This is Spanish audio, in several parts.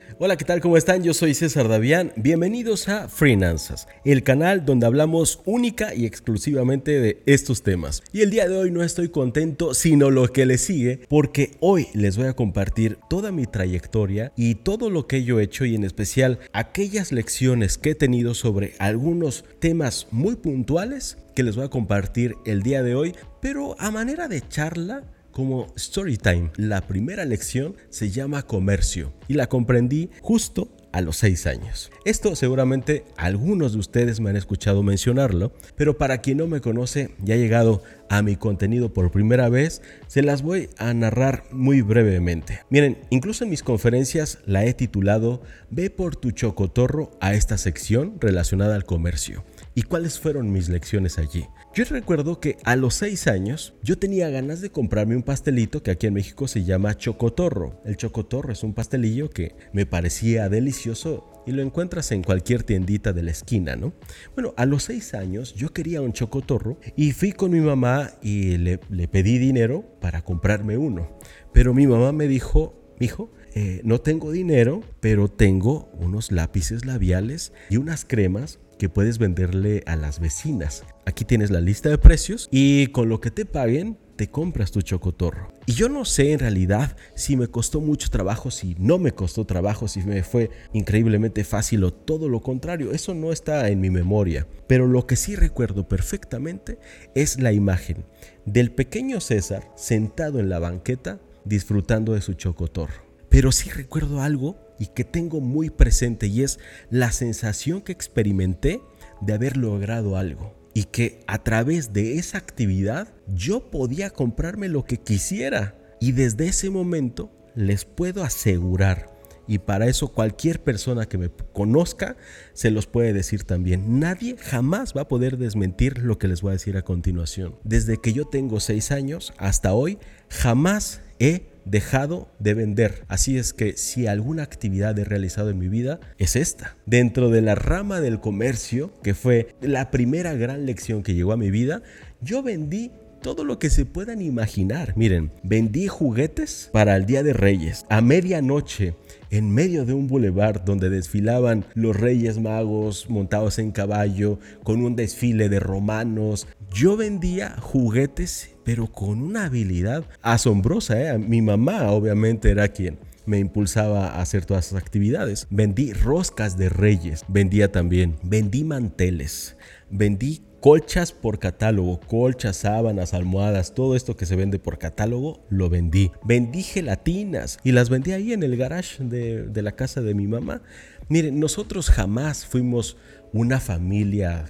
Hola, ¿qué tal? ¿Cómo están? Yo soy César Davián. Bienvenidos a Finanzas, el canal donde hablamos única y exclusivamente de estos temas. Y el día de hoy no estoy contento, sino lo que le sigue, porque hoy les voy a compartir toda mi trayectoria y todo lo que yo he hecho, y en especial aquellas lecciones que he tenido sobre algunos temas muy puntuales que les voy a compartir el día de hoy, pero a manera de charla, como story time. La primera lección se llama comercio y la comprendí justo a los 6 años. Esto seguramente algunos de ustedes me han escuchado mencionarlo, pero para quien no me conoce y ha llegado a mi contenido por primera vez, se las voy a narrar muy brevemente. Miren, incluso en mis conferencias la he titulado "Ve por tu chocotorro" a esta sección relacionada al comercio. ¿Y cuáles fueron mis lecciones allí? Yo recuerdo que a los 6 años yo tenía ganas de comprarme un pastelito que aquí en México se llama chocotorro. El chocotorro es un pastelillo que me parecía delicioso y lo encuentras en cualquier tiendita de la esquina, ¿no? Bueno, a los 6 años yo quería un chocotorro y fui con mi mamá y le pedí dinero para comprarme uno. Pero mi mamá me dijo, mijo, no tengo dinero, pero tengo unos lápices labiales y unas cremas que puedes venderle a las vecinas. Aquí tienes la lista de precios y con lo que te paguen te compras tu chocotorro. Y yo no sé en realidad si me costó mucho trabajo, si no me costó trabajo, si me fue increíblemente fácil o todo lo contrario. Eso no está en mi memoria. Pero lo que sí recuerdo perfectamente es la imagen del pequeño César sentado en la banqueta disfrutando de su chocotorro. Pero sí recuerdo algo y que tengo muy presente, y es la sensación que experimenté de haber logrado algo y que a través de esa actividad yo podía comprarme lo que quisiera. Y desde ese momento les puedo asegurar, y para eso cualquier persona que me conozca se los puede decir también, nadie jamás va a poder desmentir lo que les voy a decir a continuación. Desde que yo tengo 6 años hasta hoy jamás he dejado de vender. Así es que si alguna actividad he realizado en mi vida es esta. Dentro de la rama del comercio, que fue la primera gran lección que llegó a mi vida, yo vendí todo lo que se puedan imaginar. Miren, vendí juguetes para el Día de Reyes a medianoche en medio de un bulevar donde desfilaban los Reyes Magos montados en caballo con un desfile de romanos. Yo vendía juguetes, pero con una habilidad asombrosa. Mi mamá obviamente era quien me impulsaba a hacer todas esas actividades. Vendí roscas de reyes, vendí manteles, vendí colchas por catálogo, colchas, sábanas, almohadas, todo esto que se vende por catálogo, lo vendí. Vendí gelatinas y las vendí ahí en el garage de la casa de mi mamá. Miren, nosotros jamás fuimos una familia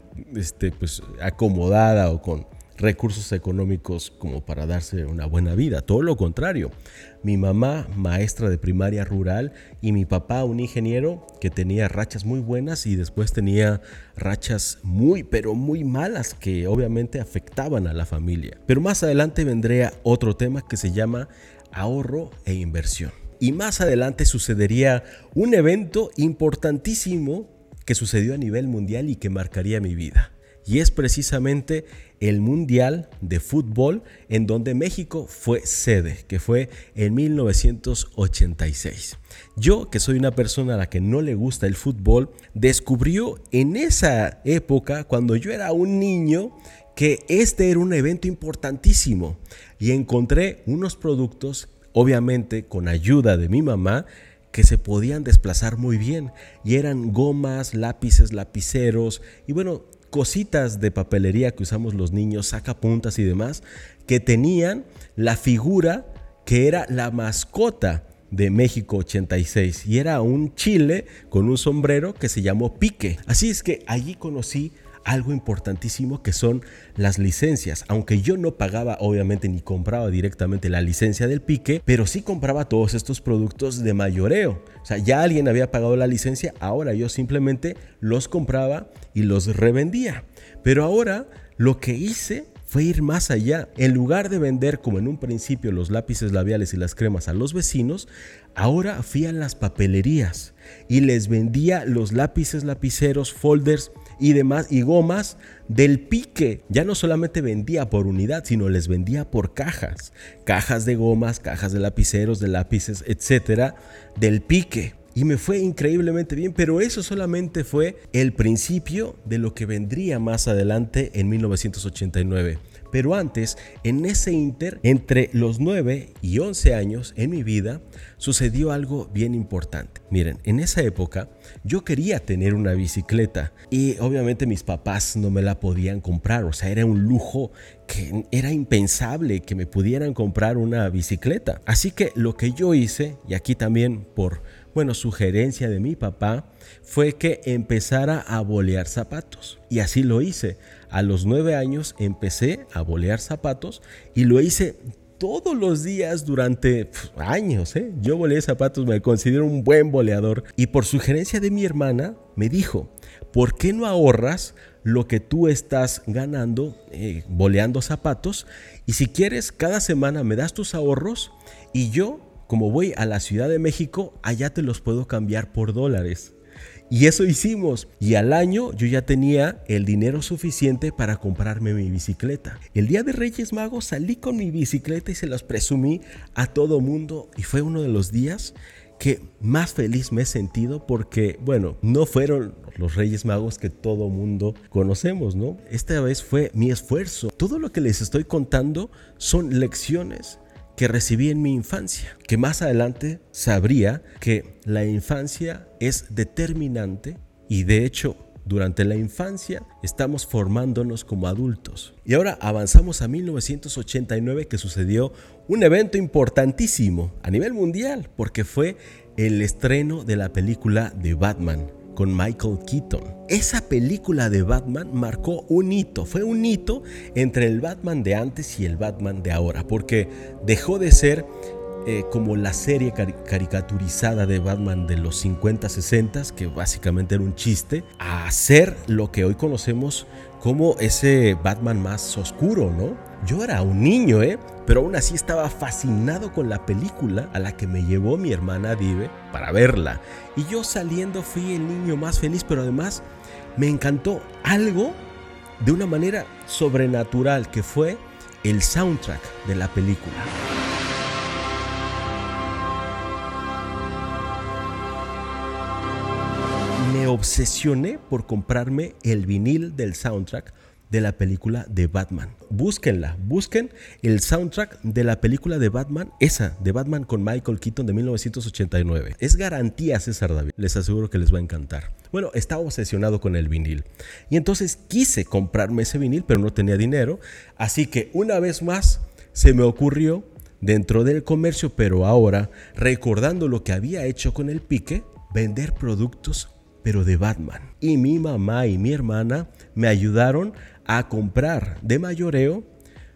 acomodada o con recursos económicos como para darse una buena vida. Todo lo contrario. Mi mamá, maestra de primaria rural, y mi papá, un ingeniero que tenía rachas muy buenas y después tenía rachas muy, pero muy malas que obviamente afectaban a la familia. Pero más adelante vendría otro tema que se llama ahorro e inversión. Y más adelante sucedería un evento importantísimo que sucedió a nivel mundial y que marcaría mi vida. Y es precisamente el Mundial de Fútbol en donde México fue sede, que fue en 1986. Yo, que soy una persona a la que no le gusta el fútbol, descubrió en esa época, cuando yo era un niño, que este era un evento importantísimo. Y encontré unos productos, obviamente con ayuda de mi mamá, que se podían desplazar muy bien. Y eran gomas, lápices, lapiceros y bueno, cositas de papelería que usamos los niños, sacapuntas y demás, que tenían la figura que era la mascota de México 86 y era un chile con un sombrero que se llamó Pique. Así es que allí conocí algo importantísimo que son las licencias. Aunque yo no pagaba obviamente ni compraba directamente la licencia del Pique, pero sí compraba todos estos productos de mayoreo. O sea, ya alguien había pagado la licencia, ahora yo simplemente los compraba y los revendía. Pero ahora lo que hice fue ir más allá. En lugar de vender como en un principio los lápices labiales y las cremas a los vecinos, ahora fui a las papelerías y les vendía los lápices, lapiceros, folders y demás y gomas del Pique. Ya no solamente vendía por unidad, sino les vendía por cajas de gomas, cajas de lapiceros, de lápices, etcétera, del Pique. y me fue increíblemente bien, pero eso solamente fue el principio de lo que vendría más adelante en 1989. Pero antes, en ese inter, entre los 9 y 11 años en mi vida, sucedió algo bien importante. Miren, en esa época yo quería tener una bicicleta y obviamente mis papás no me la podían comprar, o sea, era un lujo que era impensable que me pudieran comprar una bicicleta. Así que lo que yo hice, y aquí también por sugerencia de mi papá, fue que empezara a bolear zapatos. Y así lo hice. A los 9 años empecé a bolear zapatos y lo hice todos los días durante años. Yo boleé zapatos, me considero un buen boleador. Y por sugerencia de mi hermana me dijo, ¿por qué no ahorras lo que tú estás ganando boleando zapatos? Y si quieres, cada semana me das tus ahorros y yo, como voy a la Ciudad de México, allá te los puedo cambiar por dólares. Y eso hicimos. Y al año yo ya tenía el dinero suficiente para comprarme mi bicicleta. El día de Reyes Magos salí con mi bicicleta y se las presumí a todo mundo. Y fue uno de los días que más feliz me he sentido porque, no fueron los Reyes Magos que todo mundo conocemos, ¿no? Esta vez fue mi esfuerzo. Todo lo que les estoy contando son lecciones que recibí en mi infancia, que más adelante sabría que la infancia es determinante y de hecho durante la infancia estamos formándonos como adultos. Y ahora avanzamos a 1989, que sucedió un evento importantísimo a nivel mundial porque fue el estreno de la película de Batman con Michael Keaton. Esa película de Batman marcó un hito, fue un hito entre el Batman de antes y el Batman de ahora, porque dejó de ser como la serie caricaturizada de Batman de los 50, 60, que básicamente era un chiste, a ser lo que hoy conocemos como ese Batman más oscuro, ¿no? Yo era un niño, pero aún así estaba fascinado con la película a la que me llevó mi hermana Dive para verla. Y yo saliendo fui el niño más feliz, pero además me encantó algo de una manera sobrenatural, que fue el soundtrack de la película. Me obsesioné por comprarme el vinil del soundtrack de la película de Batman. Busquen el soundtrack de la película de Batman, esa de Batman con Michael Keaton de 1989. Es garantía César David, les aseguro que les va a encantar. Estaba obsesionado con el vinil y entonces quise comprarme ese vinil, pero no tenía dinero, así que una vez más se me ocurrió, dentro del comercio, pero ahora recordando lo que había hecho con el pique, vender productos pero de Batman. Y mi mamá y mi hermana me ayudaron a comprar de mayoreo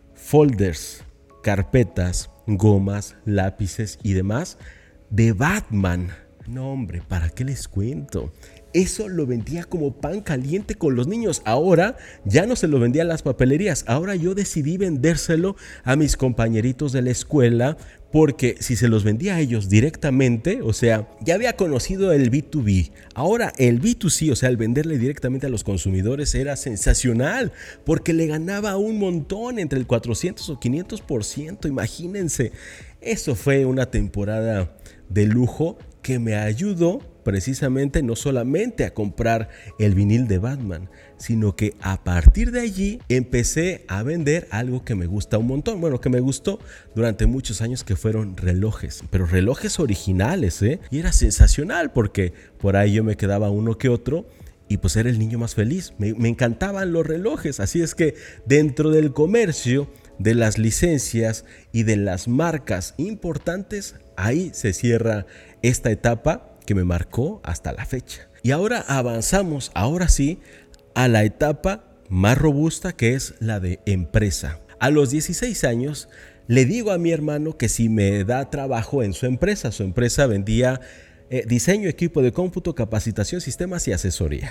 folders, carpetas, gomas, lápices y demás de Batman. No, hombre, ¿para qué les cuento? Eso lo vendía como pan caliente con los niños. Ahora ya no se lo vendía a las papelerías. Ahora yo decidí vendérselo a mis compañeritos de la escuela, porque si se los vendía a ellos directamente, o sea, ya había conocido el B2B. Ahora el B2C, o sea, el venderle directamente a los consumidores, era sensacional, porque le ganaba un montón, entre el 400 o 500%. Imagínense, eso fue una temporada de lujo que me ayudó precisamente no solamente a comprar el vinil de Batman, sino que a partir de allí empecé a vender algo que me gusta un montón, que me gustó durante muchos años, que fueron relojes, pero relojes originales, y era sensacional porque por ahí yo me quedaba uno que otro y pues era el niño más feliz. Me encantaban los relojes, así es que dentro del comercio, de las licencias y de las marcas importantes, ahí se cierra esta etapa que me marcó hasta la fecha. Y ahora avanzamos, ahora sí, a la etapa más robusta, que es la de empresa. A los 16 años le digo a mi hermano que si me da trabajo en su empresa vendía diseño, equipo de cómputo, capacitación, sistemas y asesoría.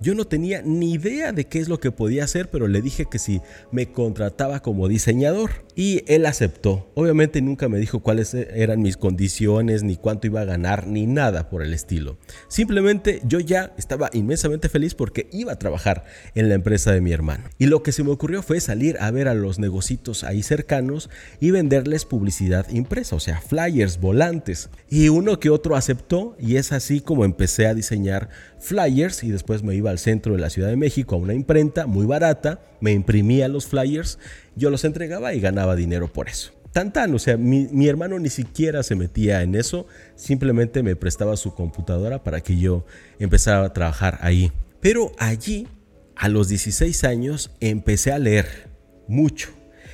Yo no tenía ni idea de qué es lo que podía hacer, pero le dije que si me contrataba como diseñador y él aceptó. Obviamente nunca me dijo cuáles eran mis condiciones, ni cuánto iba a ganar, ni nada por el estilo. Simplemente yo ya estaba inmensamente feliz porque iba a trabajar en la empresa de mi hermano. Y lo que se me ocurrió fue salir a ver a los negocios ahí cercanos y venderles publicidad impresa, o sea, flyers, volantes. Y uno que otro aceptó y es así como empecé a diseñar flyers y después me iba al centro de la Ciudad de México a una imprenta muy barata, me imprimía los flyers, yo los entregaba y ganaba dinero por eso. O sea, mi hermano ni siquiera se metía en eso, simplemente me prestaba su computadora para que yo empezara a trabajar ahí. Pero allí, a los 16 años, empecé a leer mucho.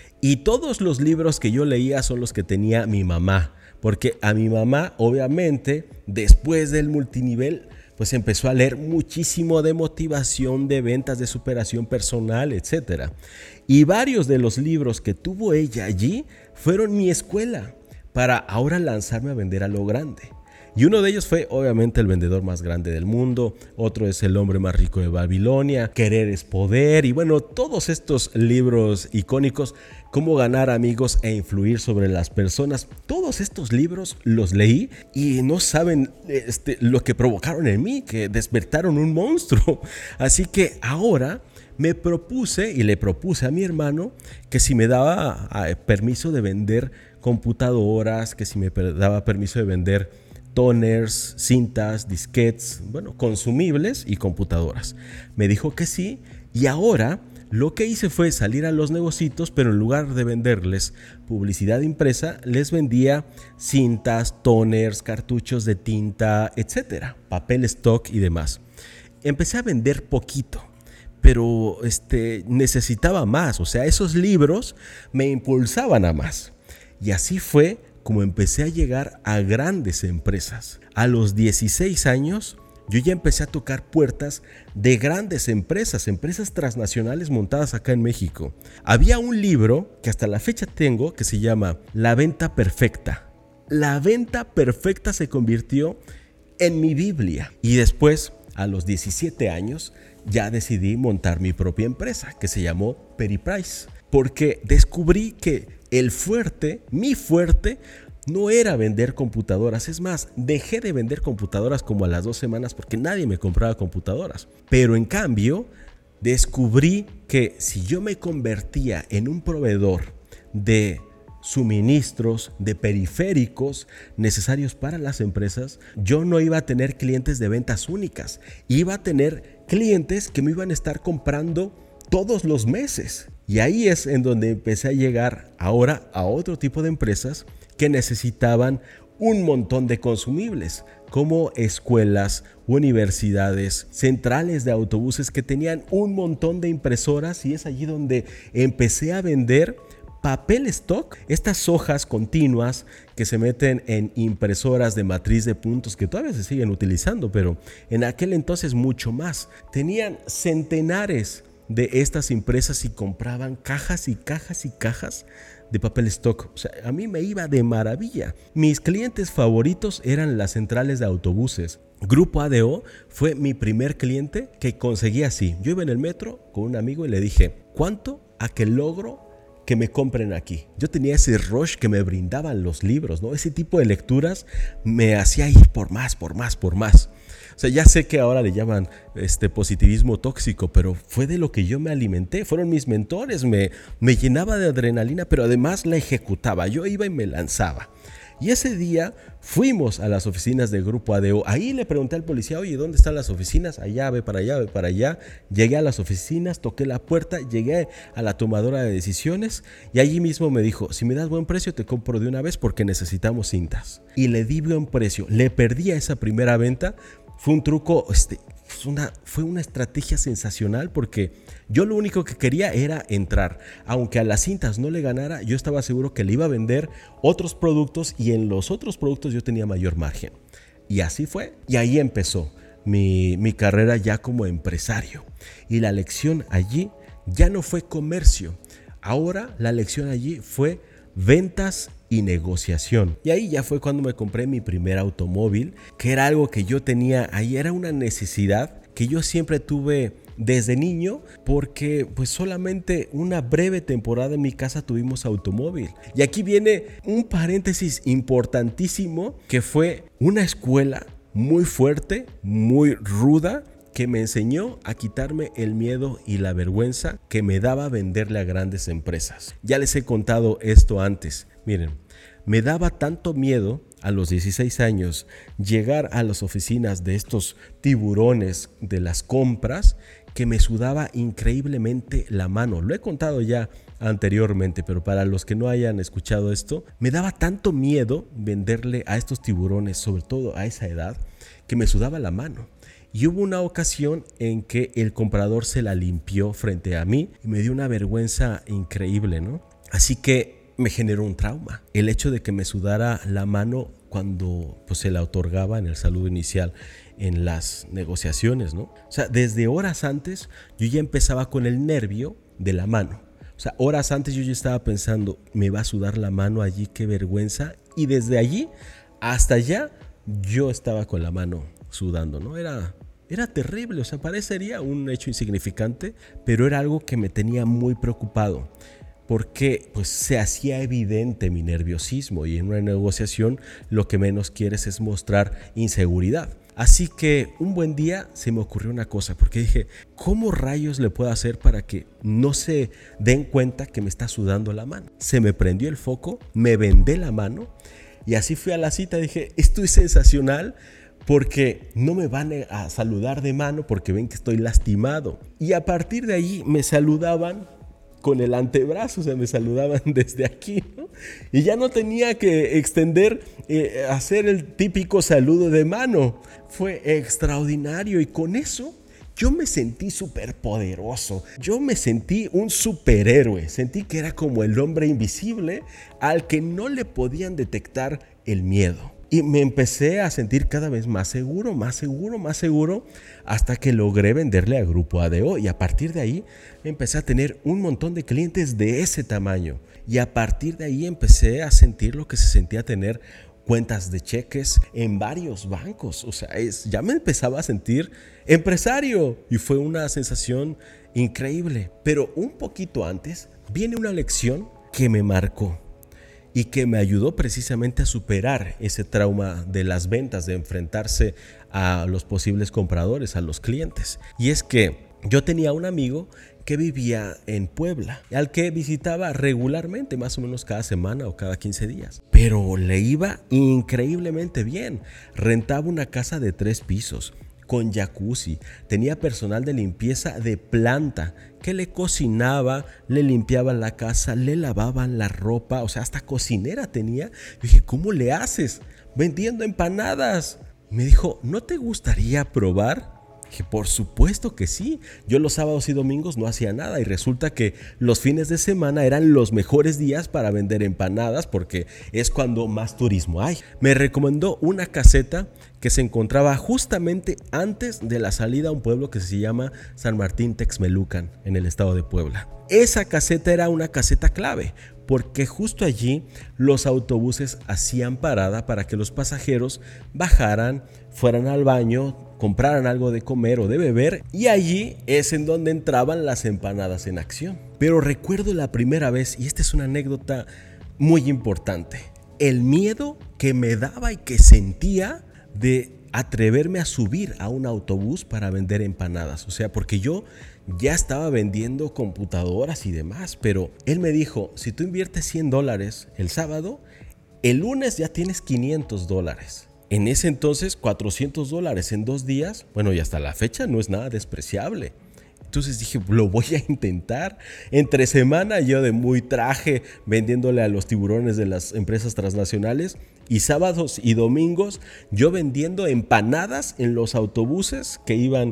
Y todos los libros que yo leía son los que tenía mi mamá, porque a mi mamá, obviamente, después del multinivel, pues empezó a leer muchísimo de motivación, de ventas, de superación personal, etc. Y varios de los libros que tuvo ella allí fueron mi escuela para ahora lanzarme a vender a lo grande. Y uno de ellos fue obviamente El vendedor más grande del mundo, otro es El hombre más rico de Babilonia, Querer es poder y bueno, todos estos libros icónicos, Cómo ganar amigos e influir sobre las personas. Todos estos libros los leí y no saben lo que provocaron en mí, que despertaron un monstruo. Así que ahora me propuse y le propuse a mi hermano que si me daba permiso de vender computadoras, que si me daba permiso de vender toners, cintas, disquetes, bueno, consumibles y computadoras. Me dijo que sí y ahora lo que hice fue salir a los negocios, pero en lugar de venderles publicidad impresa, les vendía cintas, toners, cartuchos de tinta, etcétera, papel stock y demás. Empecé a vender poquito, pero necesitaba más, o sea, esos libros me impulsaban a más. Y así fue como empecé a llegar a grandes empresas. A los 16 años, yo ya empecé a tocar puertas de grandes empresas transnacionales montadas acá en México. Había un libro que hasta la fecha tengo que se llama La Venta Perfecta. La Venta Perfecta se convirtió en mi Biblia. Y después, a los 17 años, ya decidí montar mi propia empresa que se llamó Periprice. Porque descubrí que mi fuerte, no era vender computadoras. Es más, dejé de vender computadoras como a las 2 semanas porque nadie me compraba computadoras. Pero en cambio, descubrí que si yo me convertía en un proveedor de suministros, de periféricos necesarios para las empresas, yo no iba a tener clientes de ventas únicas. Iba a tener clientes que me iban a estar comprando todos los meses. Y ahí es en donde empecé a llegar ahora a otro tipo de empresas que necesitaban un montón de consumibles, como escuelas, universidades, centrales de autobuses que tenían un montón de impresoras y es allí donde empecé a vender papel stock, estas hojas continuas que se meten en impresoras de matriz de puntos que todavía se siguen utilizando, pero en aquel entonces mucho más. Tenían centenares de estas empresas y compraban cajas y cajas y cajas de papel stock. O sea, a mí me iba de maravilla. Mis clientes favoritos eran las centrales de autobuses. Grupo ADO fue mi primer cliente que conseguí así. Yo iba en el metro con un amigo y le dije, ¿cuánto a que logro que me compren aquí? Yo tenía ese rush que me brindaban los libros, ¿no? Ese tipo de lecturas me hacía ir por más, por más, por más. O sea, ya sé que ahora le llaman positivismo tóxico, pero fue de lo que yo me alimenté. Fueron mis mentores, me llenaba de adrenalina, pero además la ejecutaba. Yo iba y me lanzaba. Y ese día fuimos a las oficinas del Grupo ADO. Ahí le pregunté al policía, oye, ¿dónde están las oficinas? Allá, ve para allá, ve para allá. Llegué a las oficinas, toqué la puerta, llegué a la tomadora de decisiones y allí mismo me dijo, si me das buen precio te compro de una vez porque necesitamos cintas. Y le di buen precio. Le perdí a esa primera venta. Fue un truco, fue una estrategia sensacional porque yo lo único que quería era entrar. Aunque a las cintas no le ganara, yo estaba seguro que le iba a vender otros productos y en los otros productos yo tenía mayor margen. Y así fue. Y ahí empezó mi carrera ya como empresario. Y la lección allí ya no fue comercio. Ahora la lección allí fue ventas y negociación. Y ahí ya fue cuando me compré mi primer automóvil, que era algo que yo tenía ahí, era una necesidad que yo siempre tuve desde niño, porque pues solamente una breve temporada en mi casa tuvimos automóvil. Y aquí viene un paréntesis importantísimo, que fue una escuela muy fuerte, muy ruda, que me enseñó a quitarme el miedo y la vergüenza que me daba venderle a grandes empresas. Ya les he contado esto antes. Miren, me daba tanto miedo a los 16 años llegar a las oficinas de estos tiburones de las compras, que me sudaba increíblemente la mano. Lo he contado ya anteriormente, pero para los que no hayan escuchado esto, me daba tanto miedo venderle a estos tiburones, sobre todo a esa edad, que me sudaba la mano. Y hubo una ocasión en que el comprador se la limpió frente a mí y me dio una vergüenza increíble, ¿no? Así que me generó un trauma el hecho de que me sudara la mano cuando pues, se la otorgaba en el saludo inicial en las negociaciones, ¿no? O sea, desde horas antes yo ya empezaba con el nervio de la mano. O sea, horas antes yo ya estaba pensando, me va a sudar la mano allí, qué vergüenza. Y desde allí hasta allá yo estaba con la mano sudando, ¿no? Era terrible, o sea, parecería un hecho insignificante, pero era algo que me tenía muy preocupado, porque pues se hacía evidente mi nerviosismo, y en una negociación lo que menos quieres es mostrar inseguridad. Así que un buen día se me ocurrió una cosa, porque dije, ¿cómo rayos le puedo hacer para que no se den cuenta que me está sudando la mano? Se me prendió el foco, me vendé la mano y así fui a la cita. Dije, esto es sensacional, porque no me van a saludar de mano porque ven que estoy lastimado. Y a partir de ahí me saludaban con el antebrazo, o sea, me saludaban desde aquí, ¿no? Y ya no tenía que extender, hacer el típico saludo de mano. Fue extraordinario, y con eso yo me sentí súper poderoso. Yo me sentí un superhéroe. Sentí que era como el hombre invisible al que no le podían detectar el miedo. Y me empecé a sentir cada vez más seguro, hasta que logré venderle a Grupo ADO. Y a partir de ahí empecé a tener un montón de clientes de ese tamaño. Y a partir de ahí empecé a sentir lo que se sentía tener cuentas de cheques en varios bancos. O sea, ya me empezaba a sentir empresario, y fue una sensación increíble. Pero un poquito antes viene una lección que me marcó y que me ayudó precisamente a superar ese trauma de las ventas, de enfrentarse a los posibles compradores, a los clientes. Y es que yo tenía un amigo que vivía en Puebla, al que visitaba regularmente, más o menos cada semana o cada 15 días. Pero le iba increíblemente bien. Rentaba una casa de 3 pisos, con jacuzzi, tenía personal de limpieza de planta que le cocinaba, le limpiaba la casa, le lavaban la ropa, o sea, hasta cocinera tenía. Yo dije, ¿cómo le haces? Vendiendo empanadas. Me dijo, ¿no te gustaría probar? Dije, por supuesto que sí. Yo los sábados y domingos no hacía nada, y resulta que los fines de semana eran los mejores días para vender empanadas, porque es cuando más turismo hay. Me recomendó una caseta que se encontraba justamente antes de la salida a un pueblo que se llama San Martín Texmelucan, en el estado de Puebla. Esa caseta era una caseta clave, porque justo allí los autobuses hacían parada para que los pasajeros bajaran, fueran al baño, compraran algo de comer o de beber, y allí es en donde entraban las empanadas en acción. Pero recuerdo la primera vez, y esta es una anécdota muy importante, el miedo que me daba y que sentía de atreverme a subir a un autobús para vender empanadas. O sea, porque yo ya estaba vendiendo computadoras y demás, pero él me dijo, si tú inviertes $100 el sábado, el lunes ya tienes $500. En ese entonces, $400 en 2 días, bueno, y hasta la fecha no es nada despreciable. Entonces dije, lo voy a intentar. Entre semana yo de muy traje vendiéndole a los tiburones de las empresas transnacionales, y sábados y domingos yo vendiendo empanadas en los autobuses que iban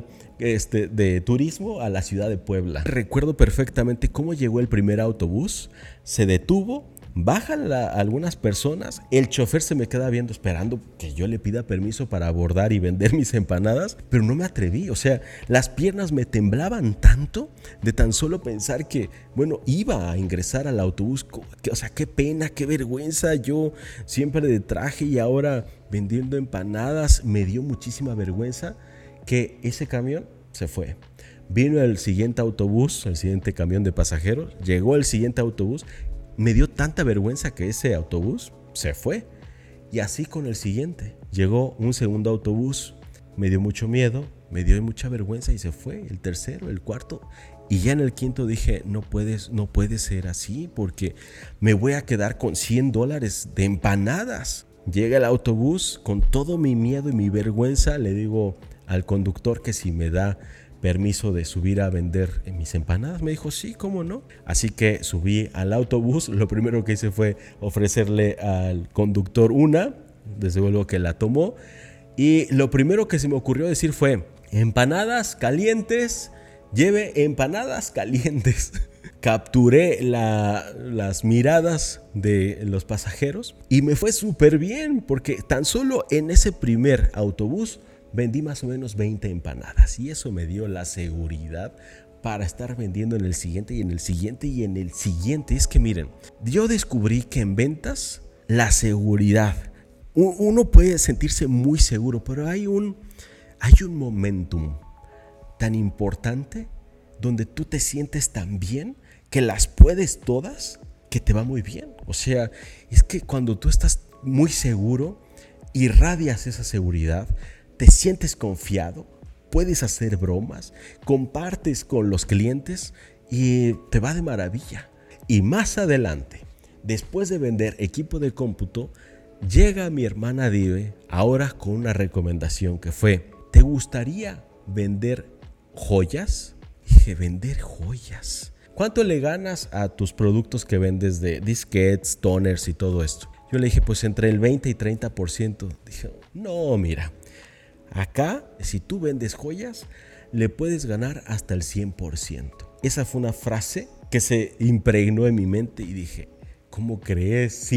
de turismo a la ciudad de Puebla. Recuerdo perfectamente cómo llegó el primer autobús, se detuvo, bajan algunas personas, el chofer se me queda viendo esperando que yo le pida permiso para abordar y vender mis empanadas, pero no me atreví. O sea, las piernas me temblaban tanto de tan solo pensar que, bueno, iba a ingresar al autobús. O sea, qué pena, qué vergüenza, yo siempre de traje y ahora vendiendo empanadas. Me dio muchísima vergüenza que ese camión se fue. Vino el siguiente autobús, el siguiente camión de pasajeros, llegó el siguiente autobús, me dio tanta vergüenza que ese autobús se fue. Y así con el siguiente, llegó un segundo autobús, me dio mucho miedo, me dio mucha vergüenza y se fue, el tercero, el cuarto. Y ya en el quinto dije, no puede ser así porque me voy a quedar con $100 de empanadas. Llega el autobús, con todo mi miedo y mi vergüenza, le digo al conductor que si me da permiso de subir a vender mis empanadas. Me dijo, sí, ¿cómo no? Así que subí al autobús. Lo primero que hice fue ofrecerle al conductor una, desde luego que la tomó. Y lo primero que se me ocurrió decir fue, empanadas calientes, lleve empanadas calientes. Capturé las miradas de los pasajeros y me fue súper bien porque tan solo en ese primer autobús vendí más o menos 20 empanadas y eso me dio la seguridad para estar vendiendo en el siguiente y en el siguiente y en el siguiente. Es que miren, yo descubrí que en ventas la seguridad, uno puede sentirse muy seguro, pero hay un momentum tan importante donde tú te sientes tan bien que las puedes todas, que te va muy bien. O sea, es que cuando tú estás muy seguro, irradias esa seguridad, te sientes confiado, puedes hacer bromas, compartes con los clientes y te va de maravilla. Y más adelante, después de vender equipo de cómputo, llega mi hermana Dive ahora con una recomendación que fue, ¿te gustaría vender joyas? Dije, ¿vender joyas? ¿Cuánto le ganas a tus productos que vendes de disquetes, toners y todo esto? Yo le dije, pues entre el 20 y 30%. Dije, no, mira, acá si tú vendes joyas, le puedes ganar hasta el 100%. Esa fue una frase que se impregnó en mi mente y dije, ¿cómo crees?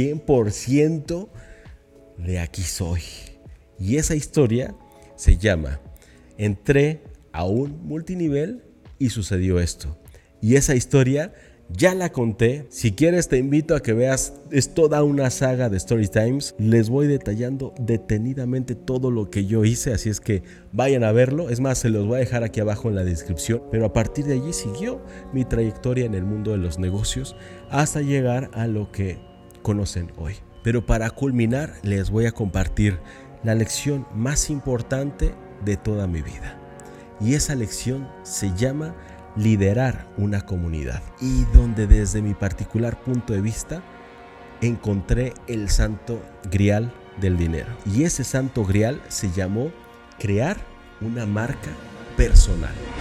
100% de aquí soy. Y esa historia se llama, entré a un multinivel y sucedió esto. Y esa historia ya la conté. Si quieres te invito a que veas, es toda una saga de Storytimes. Les voy detallando detenidamente todo lo que yo hice, así es que vayan a verlo. Es más, se los voy a dejar aquí abajo en la descripción. Pero a partir de allí siguió mi trayectoria en el mundo de los negocios hasta llegar a lo que conocen hoy. Pero para culminar les voy a compartir la lección más importante de toda mi vida. Y esa lección se llama liderar una comunidad, y donde desde mi particular punto de vista encontré el santo grial del dinero. Y ese santo grial se llamó crear una marca personal.